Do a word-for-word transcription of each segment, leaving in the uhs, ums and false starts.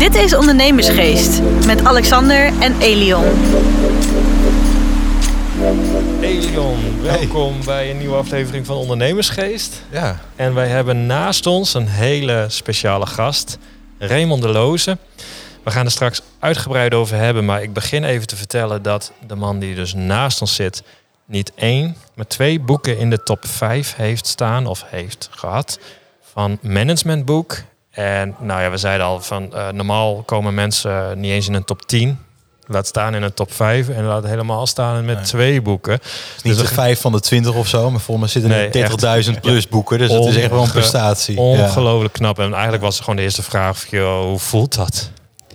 Dit is Ondernemersgeest met Alexander en Elion. Elion, welkom hey. bij een nieuwe aflevering van Ondernemersgeest. Ja. En wij hebben naast ons een hele speciale gast, Raymond de Loze. We gaan er straks uitgebreid over hebben, maar ik begin even te vertellen dat de man die dus naast ons zit niet één, maar twee boeken in de top vijf heeft staan of heeft gehad van managementboek. En nou ja, we zeiden al van uh, normaal komen mensen niet eens in een top tien. Laat staan in een top vijf en laat helemaal staan met nee. twee boeken. Het is niet dus de vijf van de twintig of zo, maar volgens mij zitten er nee, dertigduizend plus boeken. Dus het is echt wel een prestatie. Ongelooflijk knap. En eigenlijk was het gewoon de eerste vraag, joh, hoe voelt dat?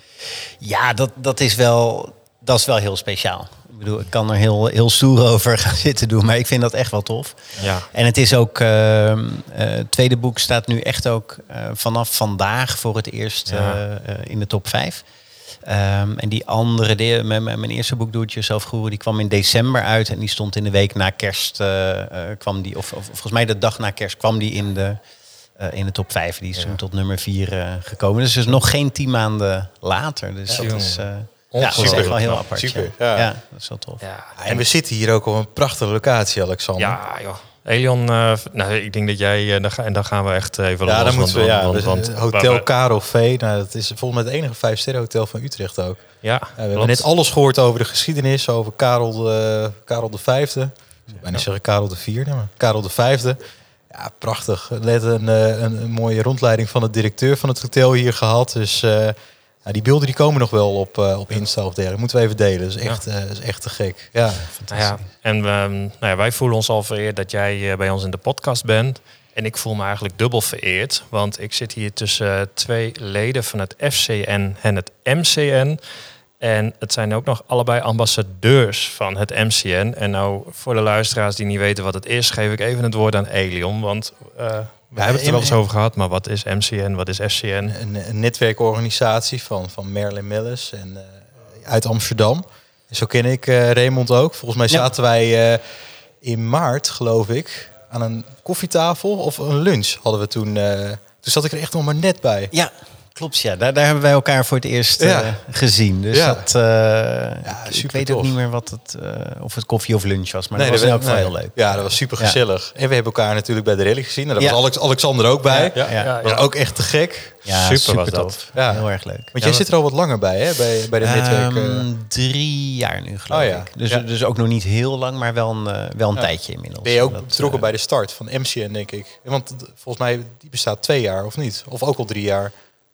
Ja, dat, dat, is wel, dat is wel heel speciaal. Ik bedoel, ik kan er heel, heel stoer over gaan zitten doen, maar ik vind dat echt wel tof. Ja. En het is ook, uh, uh, het tweede boek staat nu echt ook uh, vanaf vandaag voor het eerst ja. uh, uh, in de top vijf. Um, en die andere, de, mijn, mijn eerste boek Doe Het Jezelf Groeien, die kwam in december uit en die stond in de week na kerst, uh, uh, kwam die, of, of volgens mij de dag na kerst kwam die in de, uh, in de top vijf. Die is toen ja. tot nummer vier uh, gekomen. Dus, dus nog geen tien maanden later. Dus ja, dat is... Uh, Ja, dat is echt wel heel apart. Super, ja. Ja. ja, dat is wel tof. Ja, en we zitten hier ook op een prachtige locatie, Alexander. Ja, joh. Elion, uh, nou, ik denk dat jij, uh, en dan gaan we echt even ja, los. Dan moeten we, ja, want, want, want, Hotel maar, Karel V, nou, dat is volgens mij het enige vijfsterren hotel van Utrecht ook. Ja, uh, we hebben net alles gehoord over de geschiedenis, over Karel de, Karel de Vijfde. Ik zou bijna zeggen Karel de Vierde, maar Karel de Vijfde. Ja, prachtig. Net een, een, een mooie rondleiding van de directeur van het hotel hier gehad. Dus... Uh, Ja, die beelden die komen nog wel op, uh, op Insta of dergelijke. Moeten we even delen. Dat is echt, ja. uh, dat is echt te gek. Ja, fantastisch. Nou ja, en um, nou ja, wij voelen ons al vereerd dat jij uh, bij ons in de podcast bent. En ik voel me eigenlijk dubbel vereerd. Want ik zit hier tussen uh, twee leden van het F C N en het M C N. En het zijn ook nog allebei ambassadeurs van het M C N. En nou, voor de luisteraars die niet weten wat het is, geef ik even het woord aan Elion. Want... Uh, We ja, hebben het er wel eens over gehad, maar wat is M C N, wat is F C N? Een, een netwerkorganisatie van, van Merlin Mellis en, uh, uit Amsterdam. En zo ken ik uh, Raymond ook. Volgens mij zaten ja. wij uh, in maart, geloof ik, aan een koffietafel of een lunch hadden we toen. Uh, toen zat ik er echt nog maar net bij. Ja, klopt. Ja, daar, daar hebben wij elkaar voor het eerst uh, ja. gezien. Dus ja. dat, uh, ja, ik, ik weet tof. ook niet meer wat het, uh, of het koffie of lunch was, maar nee, dat was in elk geval nee. heel leuk. Ja, dat was super gezellig. Ja. En we hebben elkaar natuurlijk bij de rally gezien. En daar ja. was Alex, Alexander ook bij. Ja, ja, ja. Dat was ja. ook echt te gek. Ja, super, super was dat. Tof. Ja. Heel erg leuk. Want jij ja, zit er al wat langer bij, hè? Bij, bij de netwerk. Um, uh... Drie jaar nu, geloof oh, ja. ik. Dus, ja. dus ook nog niet heel lang, maar wel een, uh, wel een ja. tijdje inmiddels. Ben je ook dat, betrokken uh... bij de start van M C N, denk ik? Want volgens mij die bestaat twee jaar, of niet? Of ook al drie jaar?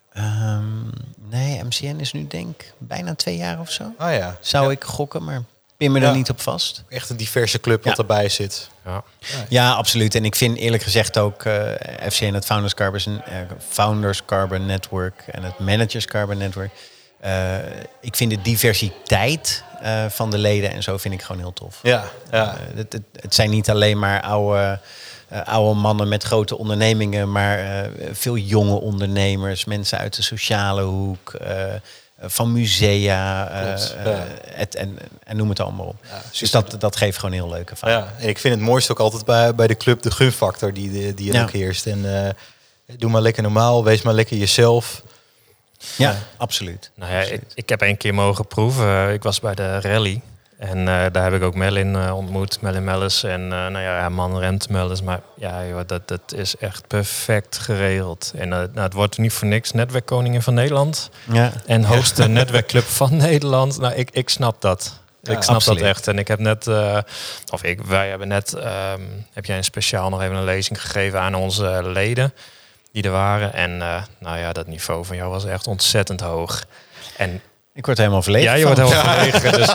Um, nee, M C N is nu denk ik bijna twee jaar of zo. Ah, ja. Zou ja. ik gokken, maar pin me ja. er niet op vast. Echt een diverse club wat ja. erbij zit. Ja. ja, absoluut. En ik vind eerlijk gezegd ook uh, F C N, het Founders Carbon, uh, Founders Carbon Network en het Managers Carbon Network. Uh, ik vind de diversiteit uh, van de leden en zo vind ik gewoon heel tof. Ja, ja. Uh, het, het, het zijn niet alleen maar oude... Uh, oude mannen met grote ondernemingen, maar uh, veel jonge ondernemers, mensen uit de sociale hoek, uh, van musea, uh, ja. het, en, en noem het allemaal op. Ja, dus dat, dat geeft gewoon heel leuke van. Ja, en ik vind het mooiste ook altijd bij, bij de club de gunfactor die, die er ja. ook heerst. En uh, doe maar lekker normaal, wees maar lekker jezelf. Ja, ja. absoluut. Nou ja, ik, ik heb één keer mogen proeven. Ik was bij de rally. En uh, daar heb ik ook Merlin uh, ontmoet, Merlin Mellis. En uh, nou ja, man Rent Mellis. Maar ja, joh, dat, dat is echt perfect geregeld. En uh, nou, het wordt niet voor niks netwerkkoningin van Nederland. Ja. En hoogste netwerkclub van Nederland. Nou, ik, ik snap dat. Ja, ik snap absoluut. dat echt. En ik heb net, uh, of ik, wij hebben net, um, heb jij een speciaal nog even een lezing gegeven aan onze leden die er waren. En uh, nou ja, dat niveau van jou was echt ontzettend hoog. En ik word helemaal verlegen. Ja, je wordt helemaal verlegen. Dus,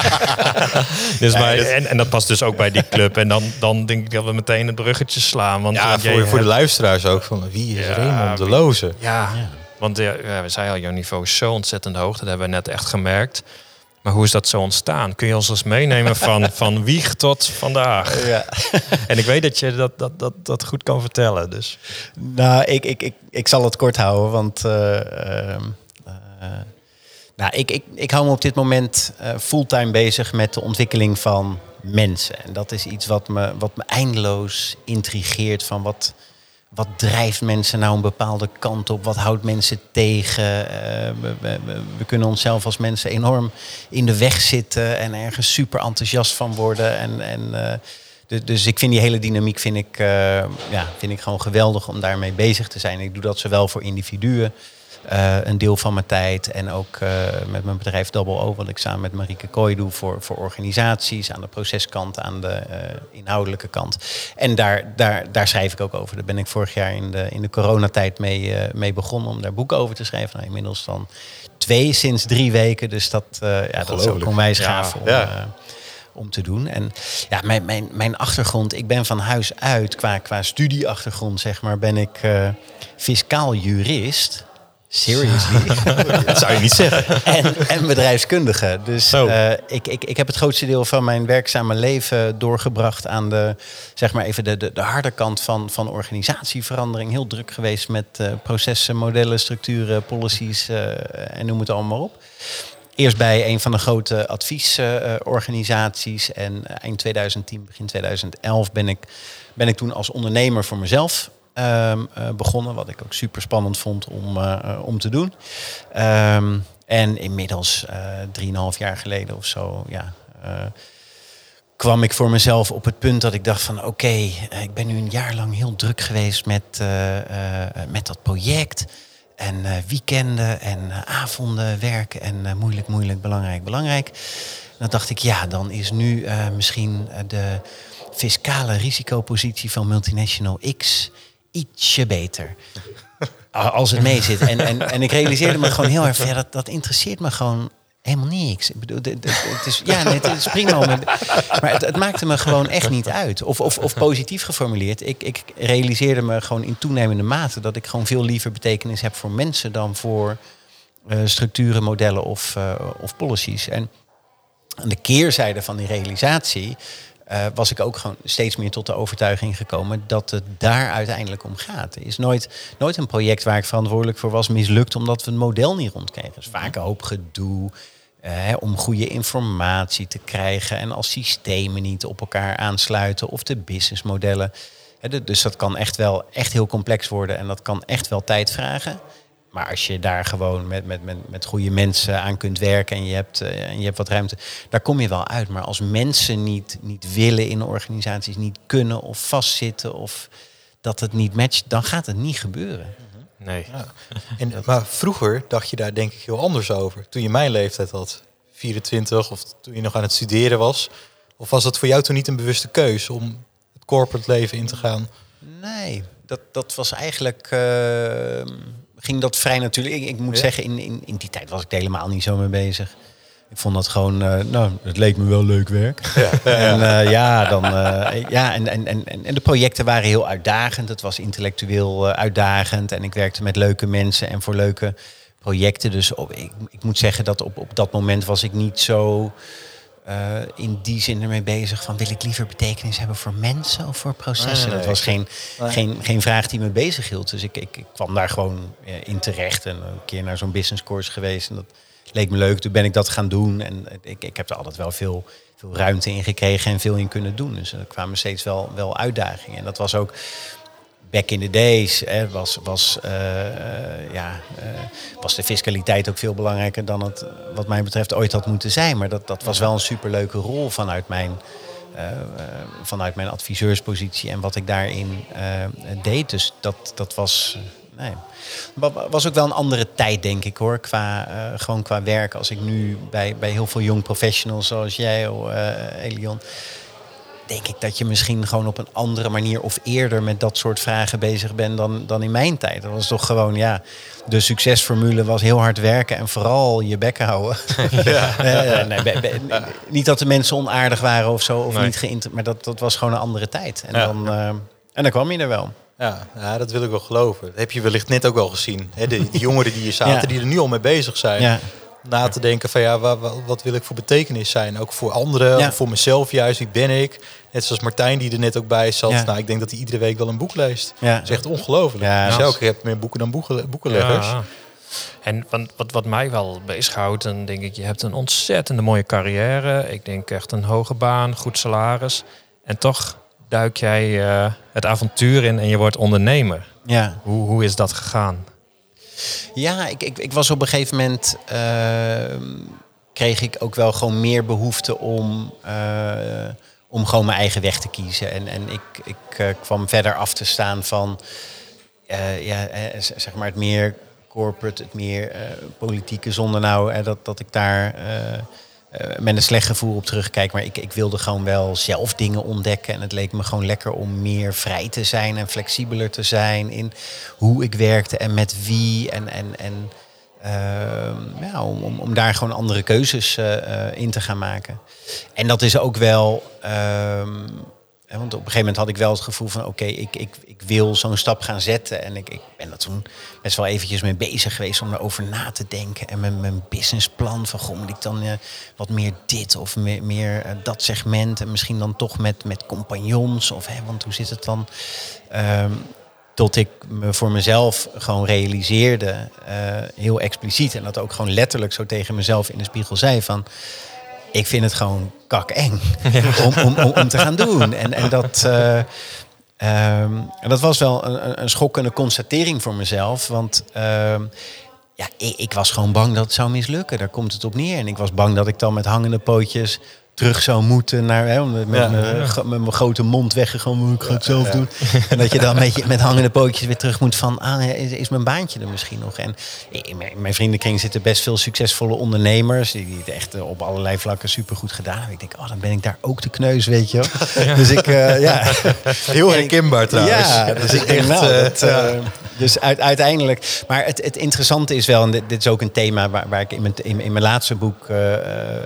dus ja, bij, dat... en, en dat past dus ook bij die club. En dan, dan denk ik dat we meteen het bruggetje slaan. Want, ja, want voor, voor hebt... de luisteraars ook. Van, wie is ja, Raymond de Loze? Ja, ja. want ja, we zeiden al, jouw niveau is zo ontzettend hoog. Dat hebben we net echt gemerkt. Maar hoe is dat zo ontstaan? Kun je ons eens meenemen van, van wieg tot vandaag? Ja. En ik weet dat je dat, dat, dat, dat goed kan vertellen. Dus. Nou, ik, ik, ik, ik zal het kort houden. Want... Uh, uh, uh, Nou, ik, ik, ik hou me op dit moment uh, fulltime bezig met de ontwikkeling van mensen. En dat is iets wat me, wat me eindeloos intrigeert van wat, wat drijft mensen nou een bepaalde kant op? Wat houdt mensen tegen? Uh, we, we, we kunnen onszelf als mensen enorm in de weg zitten en ergens super enthousiast van worden. En, en, uh, dus, dus ik vind die hele dynamiek vind ik, uh, ja, vind ik gewoon geweldig om daarmee bezig te zijn. Ik doe dat zowel voor individuen, uh, een deel van mijn tijd. En ook uh, met mijn bedrijf Double O, wat ik samen met Marieke Kooi doe voor, voor organisaties. Aan de proceskant, aan de uh, inhoudelijke kant. En daar, daar, daar schrijf ik ook over. Daar ben ik vorig jaar in de, in de coronatijd mee, uh, mee begonnen om daar boeken over te schrijven. Nou, inmiddels dan twee sinds drie weken. Dus dat, uh, ja, dat is ook onwijs gaaf ja, om, ja. uh, om te doen. En ja, mijn, mijn, mijn achtergrond, ik ben van huis uit, qua, qua studieachtergrond zeg maar, ben ik uh, fiscaal jurist. Seriously? Dat zou je niet zeggen. En, en bedrijfskundige. Dus uh, ik, ik, ik heb het grootste deel van mijn werkzame leven doorgebracht aan de, zeg maar even de, de, de harde kant van, van organisatieverandering. Heel druk geweest met uh, processen, modellen, structuren, policies uh, en noem het allemaal op. Eerst bij een van de grote adviesorganisaties. Uh, en eind twintig tien, begin twintig elf ben ik, ben ik toen als ondernemer voor mezelf Um, uh, begonnen, wat ik ook super spannend vond om, uh, uh, om te doen. Um, en inmiddels uh, drieënhalf jaar geleden of zo, ja, uh, kwam ik voor mezelf op het punt dat ik dacht van oké, okay, uh, ik ben nu een jaar lang heel druk geweest met, uh, uh, met dat project. En uh, weekenden en uh, avonden werken en uh, moeilijk, moeilijk, belangrijk, belangrijk. En dan dacht ik, ja, dan is nu uh, misschien uh, de fiscale risicopositie van Multinational X ietsje beter. Als het mee zit. En, en, en ik realiseerde me gewoon heel erg, ja, dat, dat interesseert me gewoon helemaal niks. Ik bedoel, het, het is, ja, nee, het is prima. Om, maar het, het maakte me gewoon echt niet uit. Of, of, of positief geformuleerd. Ik, ik realiseerde me gewoon in toenemende mate dat ik gewoon veel liever betekenis heb voor mensen dan voor uh, structuren, modellen of, uh, of policies. En aan de keerzijde van die realisatie Uh, was ik ook gewoon steeds meer tot de overtuiging gekomen dat het daar uiteindelijk om gaat. Er is nooit, nooit een project waar ik verantwoordelijk voor was mislukt omdat we een model niet rondkregen. Dus vaak een hoop gedoe uh, om goede informatie te krijgen en als systemen niet op elkaar aansluiten of de businessmodellen. Uh, dus dat kan echt wel echt heel complex worden en dat kan echt wel tijd vragen. Maar als je daar gewoon met, met, met, met goede mensen aan kunt werken en je hebt, uh, en je hebt wat ruimte, daar kom je wel uit. Maar als mensen niet, niet willen in organisaties, niet kunnen of vastzitten of dat het niet matcht, dan gaat het niet gebeuren. Nee. Ja. En, maar vroeger dacht je daar denk ik heel anders over. Toen je mijn leeftijd had, vierentwintig, of toen je nog aan het studeren was. Of was dat voor jou toen niet een bewuste keus om het corporate leven in te gaan? Nee, dat, dat was eigenlijk Uh, ging dat vrij natuurlijk. Ik, ik moet ja. zeggen, in, in, in die tijd was ik er helemaal niet zo mee bezig. Ik vond dat gewoon, uh, nou, het leek me wel leuk werk. Ja, en uh, ja, dan, uh, ja en, en, en, en de projecten waren heel uitdagend. Het was intellectueel uh, uitdagend. En ik werkte met leuke mensen en voor leuke projecten. Dus op, ik, ik moet zeggen dat op, op dat moment was ik niet zo Uh, in die zin ermee bezig van wil ik liever betekenis hebben voor mensen of voor processen. Nee, nee, dat was geen, nee. geen, geen vraag die me bezig hield. Dus ik, ik, ik kwam daar gewoon ja, in terecht en een keer naar zo'n business course geweest en dat leek me leuk. Toen ben ik dat gaan doen en ik, ik heb er altijd wel veel, veel ruimte in gekregen en veel in kunnen doen. Dus er kwamen steeds wel, wel uitdagingen. En dat was ook back in the days, hè, was, was, uh, uh, ja, uh, was de fiscaliteit ook veel belangrijker dan het wat mij betreft ooit had moeten zijn. Maar dat, dat was wel een superleuke rol vanuit mijn, uh, uh, vanuit mijn adviseurspositie en wat ik daarin uh, deed. Dus dat, dat was, uh, nee, was ook wel een andere tijd, denk ik hoor, qua, uh, gewoon qua werk. Als ik nu bij, bij heel veel young professionals zoals jij, uh, Elion, denk ik dat je misschien gewoon op een andere manier of eerder met dat soort vragen bezig bent dan, dan in mijn tijd. Dat was toch gewoon, ja, de succesformule was heel hard werken en vooral je bek houden. Ja. uh, nee, be, be, ja. Niet dat de mensen onaardig waren of zo, of nee. niet geïnter, maar dat, dat was gewoon een andere tijd. En, ja. dan, uh, en dan kwam je er wel. Ja, ja, dat wil ik wel geloven. Dat heb je wellicht net ook wel gezien. Hè? De, de jongeren die hier zaten, ja. die er nu al mee bezig zijn. Ja. Na te denken van ja, wat, wat wil ik voor betekenis zijn? Ook voor anderen, ja. voor mezelf juist. Wie ben ik? Net zoals Martijn die er net ook bij zat. Ja. Nou, ik denk dat hij iedere week wel een boek leest. Ja. Dat is echt ongelooflijk. Ja, dus elke keer heb je meer boeken dan boeken, boekenleggers. Ja. En wat, wat mij wel bezighoudt, dan denk ik, je hebt een ontzettende mooie carrière. Ik denk echt een hoge baan, goed salaris. En toch duik jij uh, het avontuur in en je wordt ondernemer. Ja. Hoe, hoe is dat gegaan? Ja, ik, ik, ik was op een gegeven moment... Uh, kreeg ik ook wel gewoon meer behoefte om... Uh, om gewoon mijn eigen weg te kiezen. En, en ik, ik uh, kwam verder af te staan van... Uh, ja, uh, zeg maar het meer corporate, het meer uh, politieke... zonder nou uh, dat, dat ik daar... Uh, Uh, met een slecht gevoel op terugkijk. Maar ik, ik wilde gewoon wel zelf dingen ontdekken. En het leek me gewoon lekker om meer vrij te zijn en flexibeler te zijn in hoe ik werkte en met wie. En, en, en uh, ja, om, om, om daar gewoon andere keuzes uh, uh, in te gaan maken. En dat is ook wel... Uh, want op een gegeven moment had ik wel het gevoel van... oké, okay, ik, ik, ik wil zo'n stap gaan zetten. En ik, ik ben er toen best wel eventjes mee bezig geweest... om erover na te denken. En mijn, mijn businessplan van... goh, moet ik dan uh, wat meer dit of meer, meer uh, dat segment... en misschien dan toch met, met compagnons. Of, hè, want hoe zit het dan? Um, tot ik me voor mezelf gewoon realiseerde... Uh, heel expliciet en dat ook gewoon letterlijk zo tegen mezelf in de spiegel zei van... ik vind het gewoon kakeng ja. om, om, om, om te gaan doen. En, en dat, uh, um, dat was wel een, een schokkende constatering voor mezelf. Want uh, ja, ik, ik was gewoon bang dat het zou mislukken. Daar komt het op neer. En ik was bang dat ik dan met hangende pootjes terug zou moeten naar hè, met, ja. met mijn grote mond weggegaan. Ik ga het zelf ja, ja. doen. En dat je dan met, je, met hangende pootjes weer terug moet van... ah, is, is mijn baantje er misschien nog? En in mijn, in mijn vriendenkring zitten best veel succesvolle ondernemers... die het echt op allerlei vlakken supergoed gedaan hebben. Ik denk, oh, dan ben ik daar ook de kneus, weet je wel. Ja. Dus ik, uh, ja... Heel herkenbaar trouwens. Ja, dus ik denk, nou, dat, uh, dus uit, uiteindelijk... Maar het, het interessante is wel, en dit, dit is ook een thema... waar, waar ik in mijn, in, in mijn laatste boek uh, uh,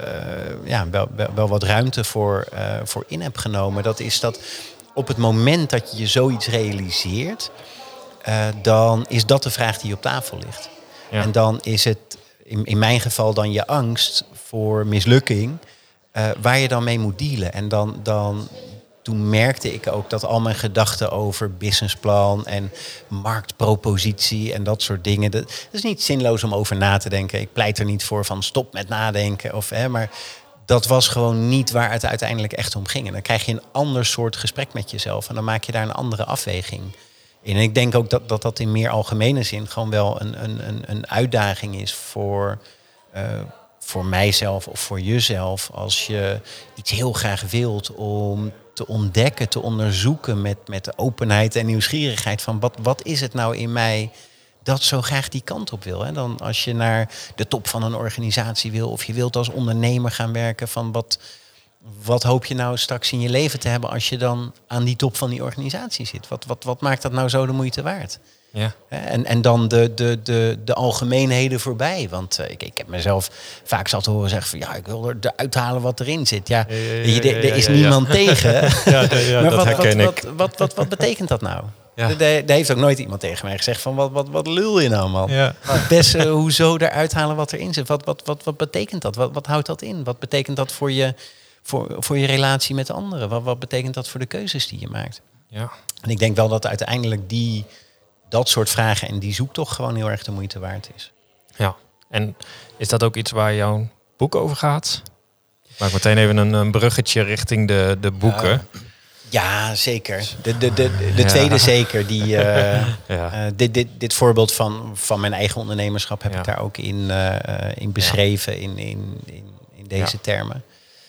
ja, wel, wel, wel wat ruimte voor, uh, voor in heb genomen. Dat is dat op het moment dat je zoiets realiseert... Uh, dan is dat de vraag die op tafel ligt. Ja. En dan is het in, in mijn geval dan je angst voor mislukking... Uh, waar je dan mee moet dealen. En dan... dan toen merkte ik ook dat al mijn gedachten over businessplan en marktpropositie en dat soort dingen. Dat, dat is niet zinloos om over na te denken. Ik pleit er niet voor van stop met nadenken. Of, hè, maar dat was gewoon niet waar het uiteindelijk echt om ging. En dan krijg je een ander soort gesprek met jezelf. En dan maak je daar een andere afweging in. En ik denk ook dat dat, dat in meer algemene zin gewoon wel een, een, een uitdaging is voor... Uh, voor mijzelf of voor jezelf. Als je iets heel graag wilt om te ontdekken, te onderzoeken met, met de openheid en nieuwsgierigheid van wat, wat is het nou in mij dat zo graag die kant op wil. Hè? Dan als je naar de top van een organisatie wil of je wilt als ondernemer gaan werken van wat, wat hoop je nou straks in je leven te hebben als je dan aan die top van die organisatie zit? Wat, wat, wat maakt dat nou zo de moeite waard? Ja. En, en dan de, de, de, de algemeenheden voorbij. Want uh, ik, ik heb mezelf vaak zat horen zeggen van ja, ik wil er eruit halen wat erin zit. Ja, ja, ja, ja, ja, er, er is ja, ja, niemand ja. tegen. Ja, ja, ja, maar dat wat, herken wat, ik. Wat, wat, wat, wat betekent dat nou? Ja. Er, er heeft ook nooit iemand tegen mij gezegd van wat, wat, wat lul je nou, man? Ja. Best, uh, hoezo eruit halen wat erin zit? Wat, wat, wat, wat betekent dat? Wat, wat houdt dat in? Wat betekent dat voor je, voor, voor je relatie met anderen? Wat, wat betekent dat voor de keuzes die je maakt? Ja. En ik denk wel dat uiteindelijk die... dat soort vragen en die zoektocht gewoon heel erg de moeite waard is. Ja, en is dat ook iets waar jouw boek over gaat? Maak meteen even een, een bruggetje richting de, de boeken. Uh, ja, zeker. De, de, de, de ja. tweede zeker. Die, uh, ja. uh, dit, dit, dit voorbeeld van, van mijn eigen ondernemerschap heb ja. ik daar ook in, uh, in beschreven ja. in, in, in, in deze ja. termen.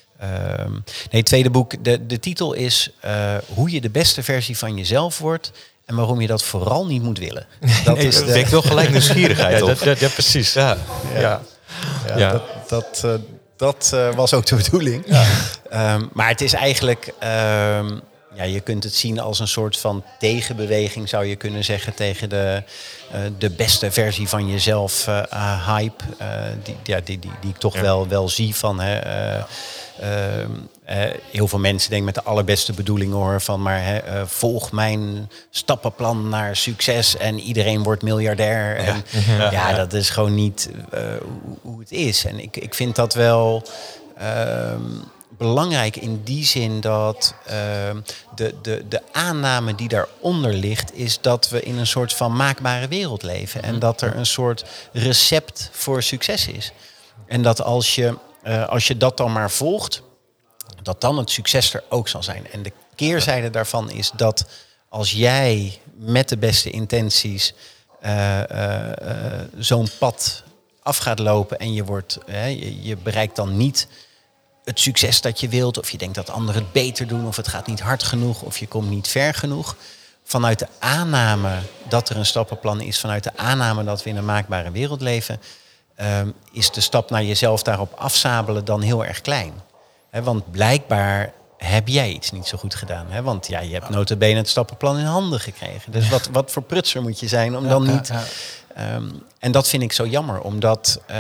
Um, nee, het tweede boek, de, de titel is uh, Hoe je de beste versie van jezelf wordt... en waarom je dat vooral niet moet willen. Dat nee, is de... wekt wel gelijk nieuwsgierigheid op. Ja, ja, ja, precies. Ja, ja. ja. ja, ja. dat, dat, uh, dat uh, was ook de bedoeling. Ja. Um, maar het is eigenlijk... Um, ja, je kunt het zien als een soort van tegenbeweging, zou je kunnen zeggen, tegen de, uh, de beste versie van jezelf uh, uh, hype. Uh, die, ja, die, die, die ik toch ja. wel, wel zie van... Hè, uh, Uh, uh, heel veel mensen denken met de allerbeste bedoelingen hoor van maar hè, uh, volg mijn stappenplan naar succes en iedereen wordt miljardair. Ja, en, ja, ja, ja. dat is gewoon niet uh, hoe, hoe het is. En ik, ik vind dat wel uh, belangrijk in die zin dat uh, de, de, de aanname die daaronder ligt is dat we in een soort van maakbare wereld leven en dat er een soort recept voor succes is. En dat als je Uh, als je dat dan maar volgt, dat dan het succes er ook zal zijn. En de keerzijde daarvan is dat als jij met de beste intenties uh, uh, uh, zo'n pad af gaat lopen en je, wordt, uh, je, je bereikt dan niet het succes dat je wilt, of je denkt dat anderen het beter doen, of het gaat niet hard genoeg, of je komt niet ver genoeg. Vanuit de aanname dat er een stappenplan is, vanuit de aanname dat we in een maakbare wereld leven, um, is de stap naar jezelf daarop afzabelen dan heel erg klein. He, want blijkbaar heb jij iets niet zo goed gedaan. Hè? Want ja, je hebt nota bene het stappenplan in handen gekregen. Dus wat, wat voor prutser moet je zijn om dan ja, niet... Ja, ja. Um, en dat vind ik zo jammer, omdat, uh,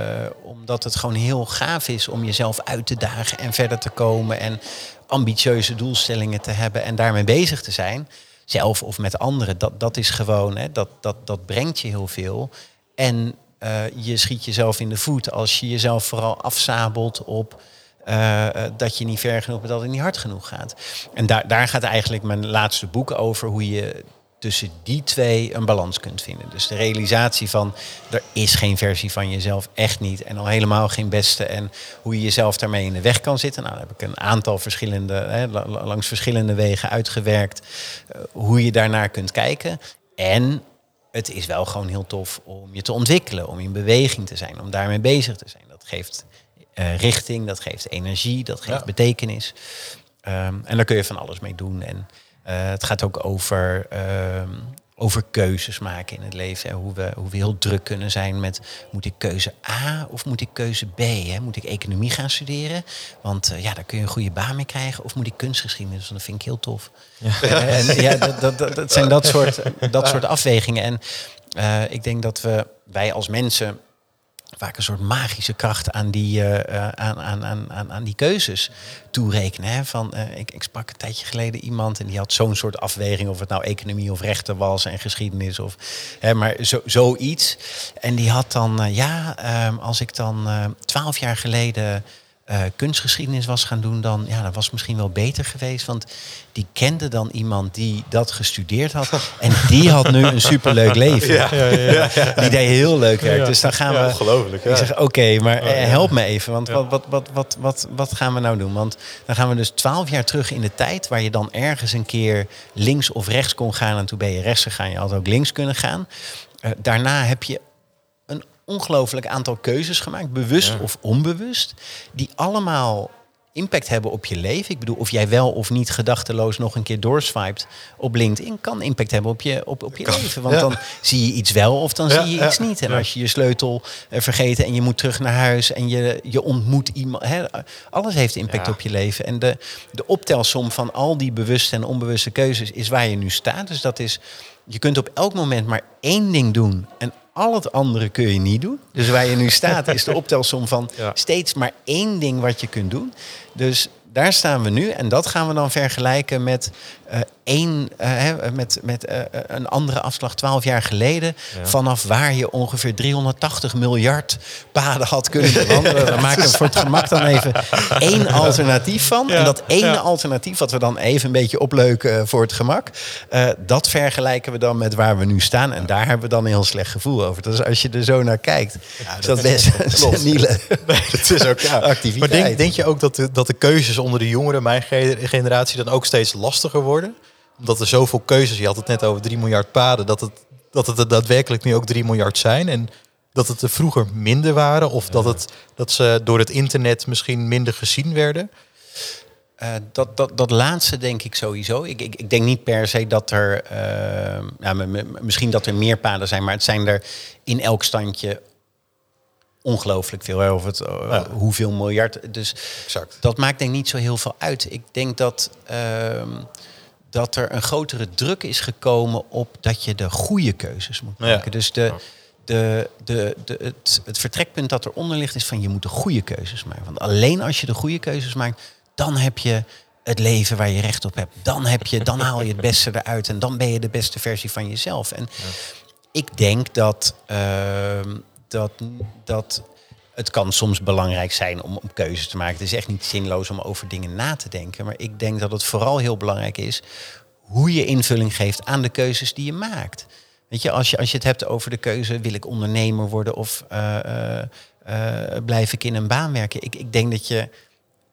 omdat het gewoon heel gaaf is om jezelf uit te dagen en verder te komen en ambitieuze doelstellingen te hebben en daarmee bezig te zijn, zelf of met anderen. Dat, dat is gewoon, hè, dat, dat, dat brengt je heel veel. En uh, je schiet jezelf in de voet als je jezelf vooral afzabelt op Uh, dat je niet ver genoeg bent, dat het niet hard genoeg gaat. En daar, daar gaat eigenlijk mijn laatste boek over, hoe je tussen die twee een balans kunt vinden. Dus de realisatie van, er is geen versie van jezelf, echt niet. En al helemaal geen beste. En hoe je jezelf daarmee in de weg kan zitten. Nou, daar heb ik een aantal verschillende, hè, langs verschillende wegen uitgewerkt. Uh, hoe je daarnaar kunt kijken. En het is wel gewoon heel tof om je te ontwikkelen. Om in beweging te zijn. Om daarmee bezig te zijn. Dat geeft Uh, richting, dat geeft energie, dat geeft ja. betekenis. Um, en daar kun je van alles mee doen. En uh, het gaat ook over, um, over keuzes maken in het leven. Hè. Hoe, we, hoe we heel druk kunnen zijn met, moet ik keuze A of moet ik keuze B? Hè? Moet ik economie gaan studeren? Want uh, ja, daar kun je een goede baan mee krijgen. Of moet ik kunstgeschiedenis? Want dat vind ik heel tof. Ja. Uh, en, ja, dat, dat, dat, dat zijn dat soort, dat soort afwegingen. En uh, ik denk dat we, wij als mensen, vaak een soort magische kracht aan die, uh, aan, aan, aan, aan die keuzes toerekenen. Hè? Van, uh, ik, ik sprak een tijdje geleden iemand en die had zo'n soort afweging, of het nou economie of rechten was en geschiedenis, of, hè, maar zo, zoiets. En die had dan, uh, ja, um, als ik dan twaalf uh, jaar geleden uh, kunstgeschiedenis was gaan doen, dan ja, dat was misschien wel beter geweest, want die kende dan iemand die dat gestudeerd had. En die had nu een superleuk leven. Ja, ja, ja, ja. Die deed heel leuk werk. Ja. Dus dan gaan we... Ja, ongelooflijk. Ja. Ik zeg, oké, okay, maar oh, ja. help me even. Want ja. wat, wat, wat, wat, wat, wat gaan we nou doen? Want dan gaan we dus twaalf jaar terug in de tijd, waar je dan ergens een keer links of rechts kon gaan. En toen ben je rechts gegaan. Je had ook links kunnen gaan. Uh, daarna heb je een ongelooflijk aantal keuzes gemaakt. Bewust ja. of onbewust. Die allemaal impact hebben op je leven. Ik bedoel, of jij wel of niet gedachteloos nog een keer doorswipet op LinkedIn, kan impact hebben op je, op, op je leven. Want ja. dan zie je iets wel of dan ja, zie je iets ja. niet. En ja. als je je sleutel uh, vergeten en je moet terug naar huis en je, je ontmoet iemand. Hè, alles heeft impact ja. op je leven. En de, de optelsom van al die bewuste en onbewuste keuzes is waar je nu staat. Dus dat is, je kunt op elk moment maar één ding doen en al het andere kun je niet doen. Dus waar je nu staat is de optelsom van ja. steeds maar één ding wat je kunt doen. Dus daar staan we nu. En dat gaan we dan vergelijken met uh, één, uh, met, met uh, een andere afslag twaalf jaar geleden. Ja. Vanaf waar je ongeveer driehonderdtachtig miljard paden had kunnen bewandelen. We maken voor het gemak dan even één alternatief van. Ja. En dat ene ja. alternatief, wat we dan even een beetje opleuken voor het gemak. Uh, dat vergelijken we dan met waar we nu staan. En daar hebben we dan een heel slecht gevoel over. Dus als je er zo naar kijkt, ja, is dat best een seniele nee, dat is ook, ja. activiteit. Maar denk, denk je ook dat de, dat de keuzes onder de jongeren, mijn generatie, dan ook steeds lastiger worden? Omdat er zoveel keuzes, je had het net over drie miljard paden, dat het, dat het er daadwerkelijk nu ook drie miljard zijn. En dat het er vroeger minder waren, of ja. dat, het, dat ze door het internet misschien minder gezien werden? Uh, dat, dat, dat laatste denk ik sowieso. Ik, ik, ik denk niet per se dat er, uh, nou, m- m- misschien dat er meer paden zijn, maar het zijn er in elk standje ongelooflijk veel. Hè, of het, uh, ja. hoeveel miljard. Dus exact. Dat maakt denk ik niet zo heel veel uit. Ik denk dat, uh, dat er een grotere druk is gekomen op dat je de goede keuzes moet maken. Ja. Dus de, ja. de, de, de, het, het vertrekpunt dat eronder ligt is van je moet de goede keuzes maken. Want alleen als je de goede keuzes maakt, dan heb je het leven waar je recht op hebt. Dan, heb je, dan haal je het beste eruit en dan ben je de beste versie van jezelf. En ja. ik denk dat, uh, dat, dat het kan soms belangrijk zijn om, om keuzes te maken. Het is echt niet zinloos om over dingen na te denken. Maar ik denk dat het vooral heel belangrijk is hoe je invulling geeft aan de keuzes die je maakt. Weet je, als je, als je het hebt over de keuze, wil ik ondernemer worden of uh, uh, uh, blijf ik in een baan werken? Ik, ik denk dat je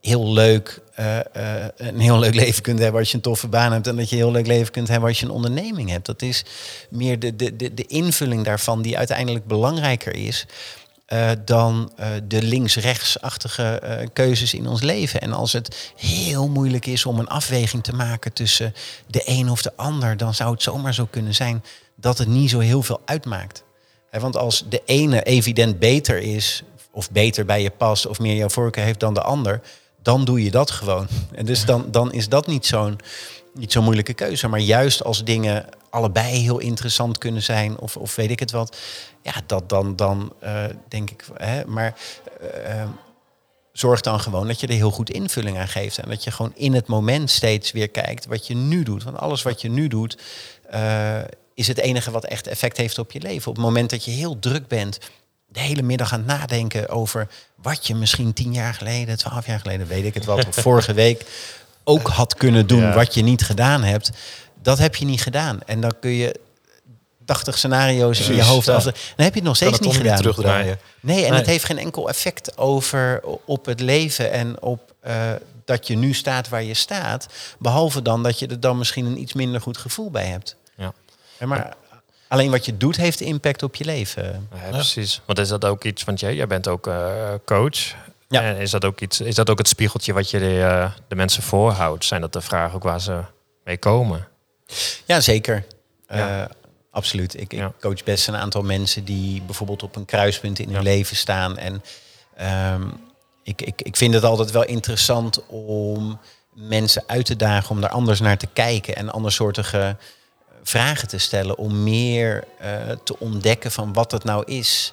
heel leuk, uh, uh, een heel leuk leven kunt hebben als je een toffe baan hebt. En dat je een heel leuk leven kunt hebben als je een onderneming hebt. Dat is meer de, de, de, de invulling daarvan die uiteindelijk belangrijker is Uh, dan uh, de links-rechts-achtige uh, keuzes in ons leven. En als het heel moeilijk is om een afweging te maken tussen de een of de ander, dan zou het zomaar zo kunnen zijn dat het niet zo heel veel uitmaakt. He, want als de ene evident beter is, of beter bij je past, of meer jouw voorkeur heeft dan de ander, dan doe je dat gewoon. En dus dan, dan is dat niet zo'n, niet zo'n moeilijke keuze. Maar juist als dingen allebei heel interessant kunnen zijn, of, of weet ik het wat, ja, dat dan, dan uh, denk ik, hè, maar uh, zorg dan gewoon dat je er heel goed invulling aan geeft. En dat je gewoon in het moment steeds weer kijkt wat je nu doet. Want alles wat je nu doet, uh, is het enige wat echt effect heeft op je leven. Op het moment dat je heel druk bent, de hele middag aan het nadenken over wat je misschien tien jaar geleden, twaalf jaar geleden, weet ik het wat, of vorige week ook had kunnen doen, ja, wat je niet gedaan hebt. Dat heb je niet gedaan. En dan kun je tachtig scenario's Precies, in je hoofd af. Dan heb je het nog steeds het niet gedaan. Niet terugdraaien. Nee, en nee. het heeft geen enkel effect over op het leven en op uh, dat je nu staat waar je staat. Behalve dan dat je er dan misschien een iets minder goed gevoel bij hebt. Ja. En maar alleen wat je doet heeft impact op je leven. Ja, precies. Want is dat ook iets, want jij, jij bent ook uh, coach. Ja. En is dat ook iets, is dat ook het spiegeltje wat je de, uh, de mensen voorhoudt? Zijn dat de vragen ook waar ze mee komen? Ja, zeker. Ja. Uh, absoluut. Ik, Ja. ik coach best een aantal mensen die bijvoorbeeld op een kruispunt in hun Ja. leven staan. En um, ik, ik, ik vind het altijd wel interessant om mensen uit te dagen om daar anders naar te kijken en andersoortige vragen te stellen om meer uh, te ontdekken van wat het nou is,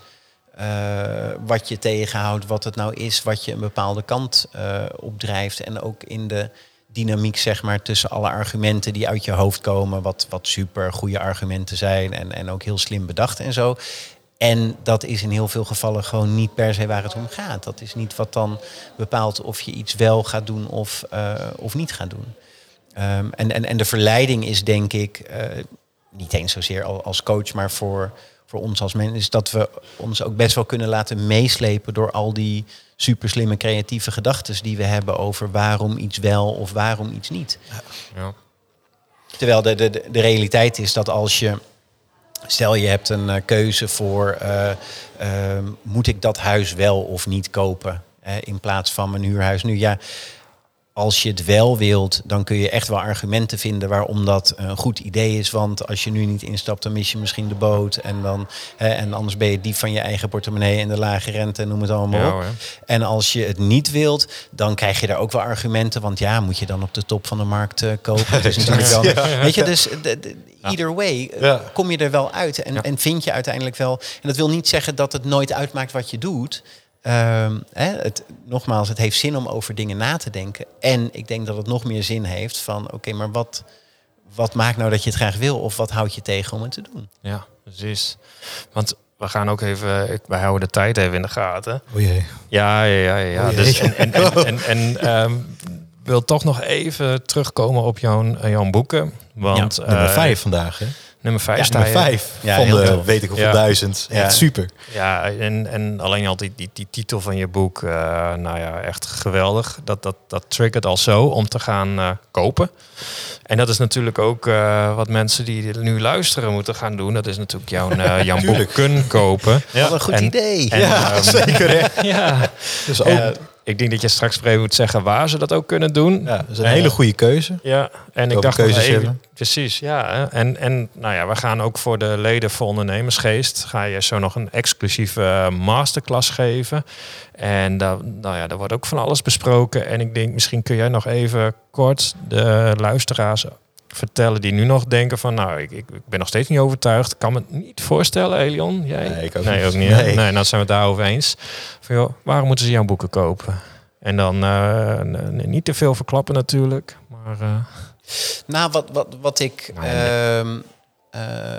uh, wat je tegenhoudt, wat het nou is, wat je een bepaalde kant uh, opdrijft. En ook in de dynamiek, zeg maar, tussen alle argumenten die uit je hoofd komen, wat, wat super goede argumenten zijn en, en ook heel slim bedacht en zo. En dat is in heel veel gevallen gewoon niet per se waar het om gaat. Dat is niet wat dan bepaalt of je iets wel gaat doen of, uh, of niet gaat doen. Um, en, en, en de verleiding is, denk ik, uh, niet eens zozeer als coach, maar voor, voor ons als mensen, is dat we ons ook best wel kunnen laten meeslepen door al die super slimme creatieve gedachten die we hebben over waarom iets wel of waarom iets niet. Ja. Terwijl de, de, de realiteit is dat als je, stel je hebt een uh, keuze voor, uh, uh, moet ik dat huis wel of niet kopen uh, in plaats van mijn huurhuis nu? Ja, als je het wel wilt, dan kun je echt wel argumenten vinden waarom dat een goed idee is. Want als je nu niet instapt, dan mis je misschien de boot. En, dan, hè, en anders ben je dief van je eigen portemonnee en de lage rente en noem het allemaal Ja, op. hoor. En als je het niet wilt, dan krijg je daar ook wel argumenten. Want ja, moet je dan op de top van de markt uh, kopen? Het is natuurlijk wel, Ja. weet je, dus de, de, either way uh, Ja. kom je er wel uit. En, Ja. en vind je uiteindelijk wel. En dat wil niet zeggen dat het nooit uitmaakt wat je doet. Um, hè, het, nogmaals, het heeft zin om over dingen na te denken. En ik denk dat het nog meer zin heeft van, oké, okay, maar wat, wat maakt nou dat je het graag wil? Of wat houdt je tegen om het te doen? Ja, precies. Want we gaan ook even, ik, wij houden de tijd even in de gaten. O jee. Ja, ja, ja. ja. Oh jee. Dus, en en, en, en, en um, wil toch nog even terugkomen op jouw, jouw boeken. Want, Ja, nummer uh, vijf vandaag, hè? Nummer vijf Ja, sta nummer je. vijf Ja, van heel de tof. weet ik hoeveel Ja. duizend. Ja. Echt super. Ja, en, en alleen al die, die, die titel van je boek, uh, nou ja, echt geweldig. Dat, dat, dat triggert al zo om te gaan uh, kopen. En dat is natuurlijk ook uh, wat mensen die nu luisteren moeten gaan doen. Dat is natuurlijk jouw, uh, jouw boek kunnen kopen. Ja. Wat een goed En- idee. En, Ja, um, zeker, hè? ja, Dus ook, uh, ik denk dat je straks even moet zeggen waar ze dat ook kunnen doen. ja, dat is een hele goede keuze. Ja, en ik Welke dacht nog keuzes even, hebben? precies, ja. hè. En, en nou ja, we gaan ook voor de leden voor Ondernemersgeest, ga je zo nog een exclusieve masterclass geven. En daar, nou ja, daar wordt ook van alles besproken. En ik denk, misschien kun jij nog even kort de luisteraars vertellen die nu nog denken van, nou, ik, ik ik ben nog steeds niet overtuigd. Ik kan me het niet voorstellen, Elion. Jij? Nee, ik ook nee, niet. ook niet. hè? Nee. Nee, nou zijn we het daarover eens. Van, joh, waarom moeten ze jouw boeken kopen? En dan uh, n- niet te veel verklappen natuurlijk. Maar uh, Nou, wat, wat, wat ik Nou ja, ehm, eh,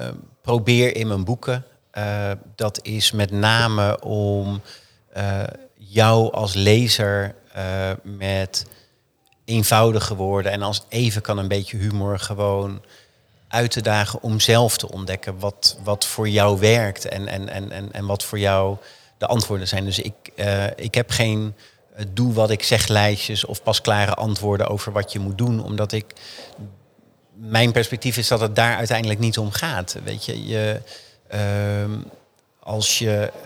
probeer in mijn boeken, eh, dat is met name om eh, jou als lezer eh, met eenvoudige woorden en als het even kan een beetje humor gewoon uit te dagen om zelf te ontdekken wat, wat voor jou werkt en, en, en, en, en wat voor jou de antwoorden zijn. Dus ik, uh, ik heb geen doe wat ik zeg lijstjes of pasklare antwoorden over wat je moet doen. Omdat ik... Mijn perspectief is dat het daar uiteindelijk niet om gaat. Weet je, je uh, als je... Uh,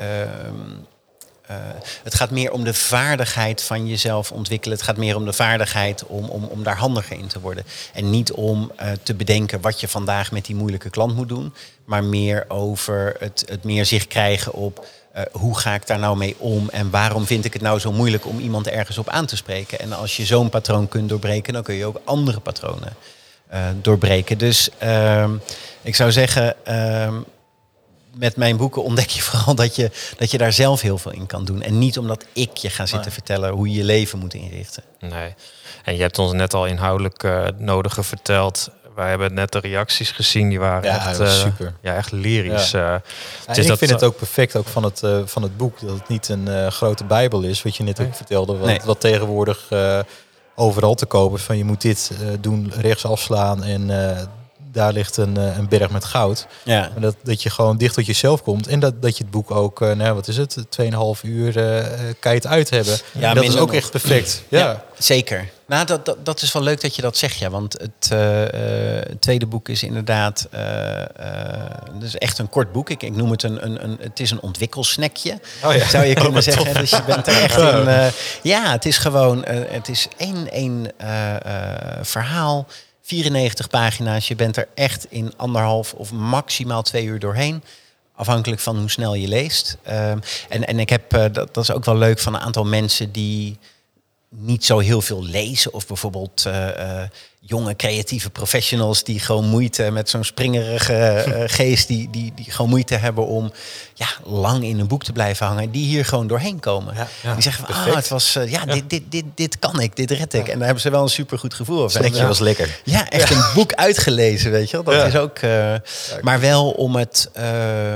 Uh, het gaat meer om de vaardigheid van jezelf ontwikkelen. Het gaat meer om de vaardigheid om, om, om daar handiger in te worden. En niet om uh, te bedenken wat je vandaag met die moeilijke klant moet doen. Maar meer over het, het meer zicht krijgen op uh, hoe ga ik daar nou mee om. En waarom vind ik het nou zo moeilijk om iemand ergens op aan te spreken. En als je zo'n patroon kunt doorbreken, dan kun je ook andere patronen uh, doorbreken. Dus uh, ik zou zeggen... Uh, met mijn boeken ontdek je vooral dat je, dat je daar zelf heel veel in kan doen. En niet omdat ik je ga zitten nee. vertellen hoe je je leven moet inrichten. Nee. En je hebt ons net al inhoudelijk uh, het nodige verteld. Wij hebben net de reacties gezien. Die waren ja, echt, uh, super. Ja, echt lyrisch. Ja. Uh, ja, ik dat vind het ook perfect ook van, het, uh, van het boek. Dat het niet een uh, grote bijbel is. Wat je net nee. ook vertelde. Wat, nee. wat tegenwoordig uh, overal te kopen is. Van je moet dit uh, doen, rechts afslaan en... Uh, daar ligt een, een berg met goud. Ja. Dat, dat je gewoon dicht tot jezelf komt. En dat, dat je het boek ook, uh, nou wat is het, tweeënhalf uur uh, kan je het uit hebben. Ja, dat is ook nog. Echt perfect. Ja, ja zeker. Nou, dat, dat, dat is wel leuk dat je dat zegt, ja. Want het, uh, uh, het tweede boek is inderdaad... Uh, uh, het is echt een kort boek. Ik, ik noem het een, een, een... Het is een ontwikkelsnackje, oh ja. zou je kunnen oh, zeggen. Tof. Dus je bent er echt in... Uh, ja, het is gewoon... Uh, het is één, één uh, uh, verhaal... vierennegentig pagina's, je bent er echt in anderhalf of maximaal twee uur doorheen. Afhankelijk van hoe snel je leest. Uh, en, en ik heb, uh, dat, dat is ook wel leuk van een aantal mensen die niet zo heel veel lezen. Of bijvoorbeeld uh, uh, jonge creatieve professionals die gewoon moeite met zo'n springerige uh, geest, die, die, die gewoon moeite hebben om ja, lang in een boek te blijven hangen, die hier gewoon doorheen komen. Ja, ja, die zeggen van, ah, het was, uh, ja, ja. Dit, dit, dit, dit kan ik, dit red ik. Ja. En daar hebben ze wel een supergoed gevoel over. Snackje ja. was lekker. Ja, echt ja. een boek uitgelezen, weet je wel. Dat ja. is ook, uh, maar wel om het, uh,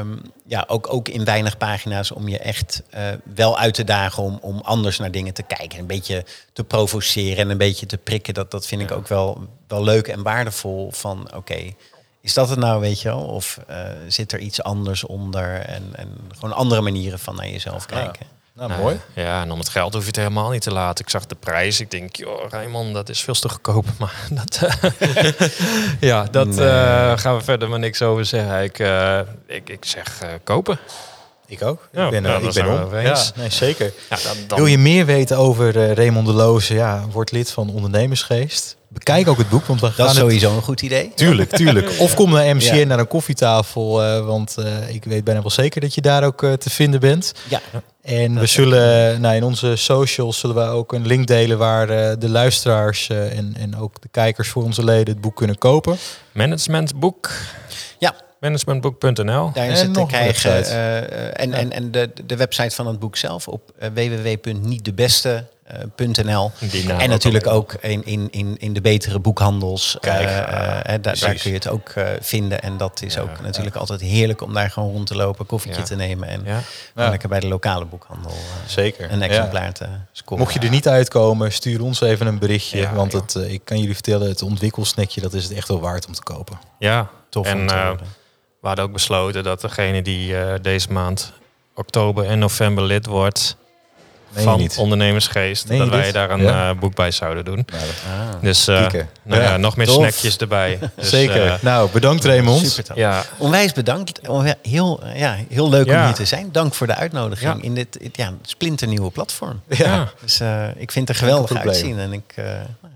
ja, ook, ook in weinig pagina's, om je echt uh, wel uit te dagen om, om anders naar dingen te kijken. Een beetje te provoceren en een beetje te prikken. Dat, dat vind ik ja. ook wel, wel leuk en waardevol van, oké, okay, is dat het nou, weet je wel? Of uh, zit er iets anders onder? En, en gewoon andere manieren van naar jezelf kijken. Ja. Nou, nou, mooi. Ja, en om het geld hoef je het helemaal niet te laten. Ik zag de prijs. Ik denk, joh, Raymond, dat is veel te goedkoop. Maar dat, uh, ja, dat nee. uh, gaan we verder maar niks over zeggen. Ik, uh, ik, ik zeg uh, kopen. Ik ook. Ja, ik ben, ja, ik ben om. Ja, nee, zeker. Ja, dan, dan... Wil je meer weten over uh, Raymond de Looze? Ja, word lid van Ondernemersgeest. Bekijk ook het boek, want we gaan dat is sowieso het... een goed idee. Tuurlijk, tuurlijk. Of kom naar M C N, ja. naar een koffietafel. Uh, want uh, ik weet bijna wel zeker dat je daar ook uh, te vinden bent. Ja. En we zullen, nou, in onze socials zullen we ook een link delen waar uh, de luisteraars uh, en, en ook de kijkers voor onze leden het boek kunnen kopen. Managementboek. Ja. managementboek punt n l. Daar is het te krijgen. Uh, en, ja. en, en de, de website van het boek zelf op uh, w w w punt niet de beste punt n l. En natuurlijk ook in, in, in, in de betere boekhandels. Kijk, uh, uh, da, daar kun je het ook uh, vinden. En dat is ja, ook natuurlijk ja. altijd heerlijk om daar gewoon rond te lopen, koffietje ja. te nemen en ja. Ja. lekker bij de lokale boekhandel uh, Zeker. een exemplaar ja. te scoren. Mocht je er niet uitkomen, stuur ons even een berichtje. Ja, want het, uh, ik kan jullie vertellen, het ontwikkelsnackje, dat is het echt wel waard om te kopen. Ja, tof. En uh, we hadden ook besloten dat degene die uh, deze maand oktober en november lid wordt nee, van niet. Ondernemersgeest, nee, dat wij dit? daar een ja. uh, boek bij zouden doen. Nou, ah, dus uh, nou, ja, ja, nog meer tof. snackjes erbij. Dus, zeker. Uh, nou, bedankt Raymond. Ja. Onwijs bedankt. Heel, ja, heel leuk ja. om hier te zijn. Dank voor de uitnodiging ja. in dit ja, splinternieuwe platform. Ja. Ja. Dus uh, ik vind het er geweldig uitzien. En ik... Uh,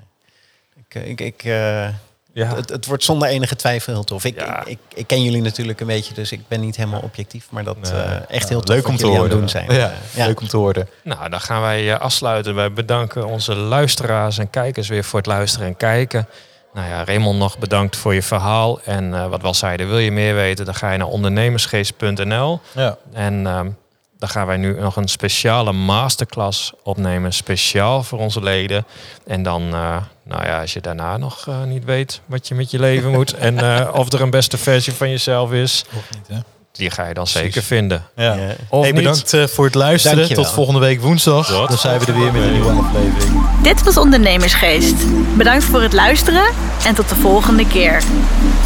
ik, ik, ik uh, Ja. Het, het wordt zonder enige twijfel heel tof. Ik, ja. ik, ik, ik ken jullie natuurlijk een beetje, dus ik ben niet helemaal objectief. Maar dat uh, echt heel tof leuk om te horen. Doen zijn. Ja, ja. Leuk om te horen. Nou, dan gaan wij afsluiten. Wij bedanken onze luisteraars en kijkers weer voor het luisteren en kijken. Nou ja, Raymond nog bedankt voor je verhaal. En uh, wat we al zeiden, wil je meer weten, dan ga je naar ondernemersgeest punt n l. Ja. En uh, dan gaan wij nu nog een speciale masterclass opnemen, speciaal voor onze leden. En dan, uh, nou ja, als je daarna nog uh, niet weet wat je met je leven moet en uh, of er een beste versie van jezelf is, of niet, hè? Die ga je dan Precies. zeker vinden. Ja. Ja. Of hey, bedankt uh, voor het luisteren. Dankjewel. Tot volgende week woensdag. Tot. Dan zijn we er weer met een nieuwe aflevering. Dit was Ondernemersgeest. Bedankt voor het luisteren en tot de volgende keer.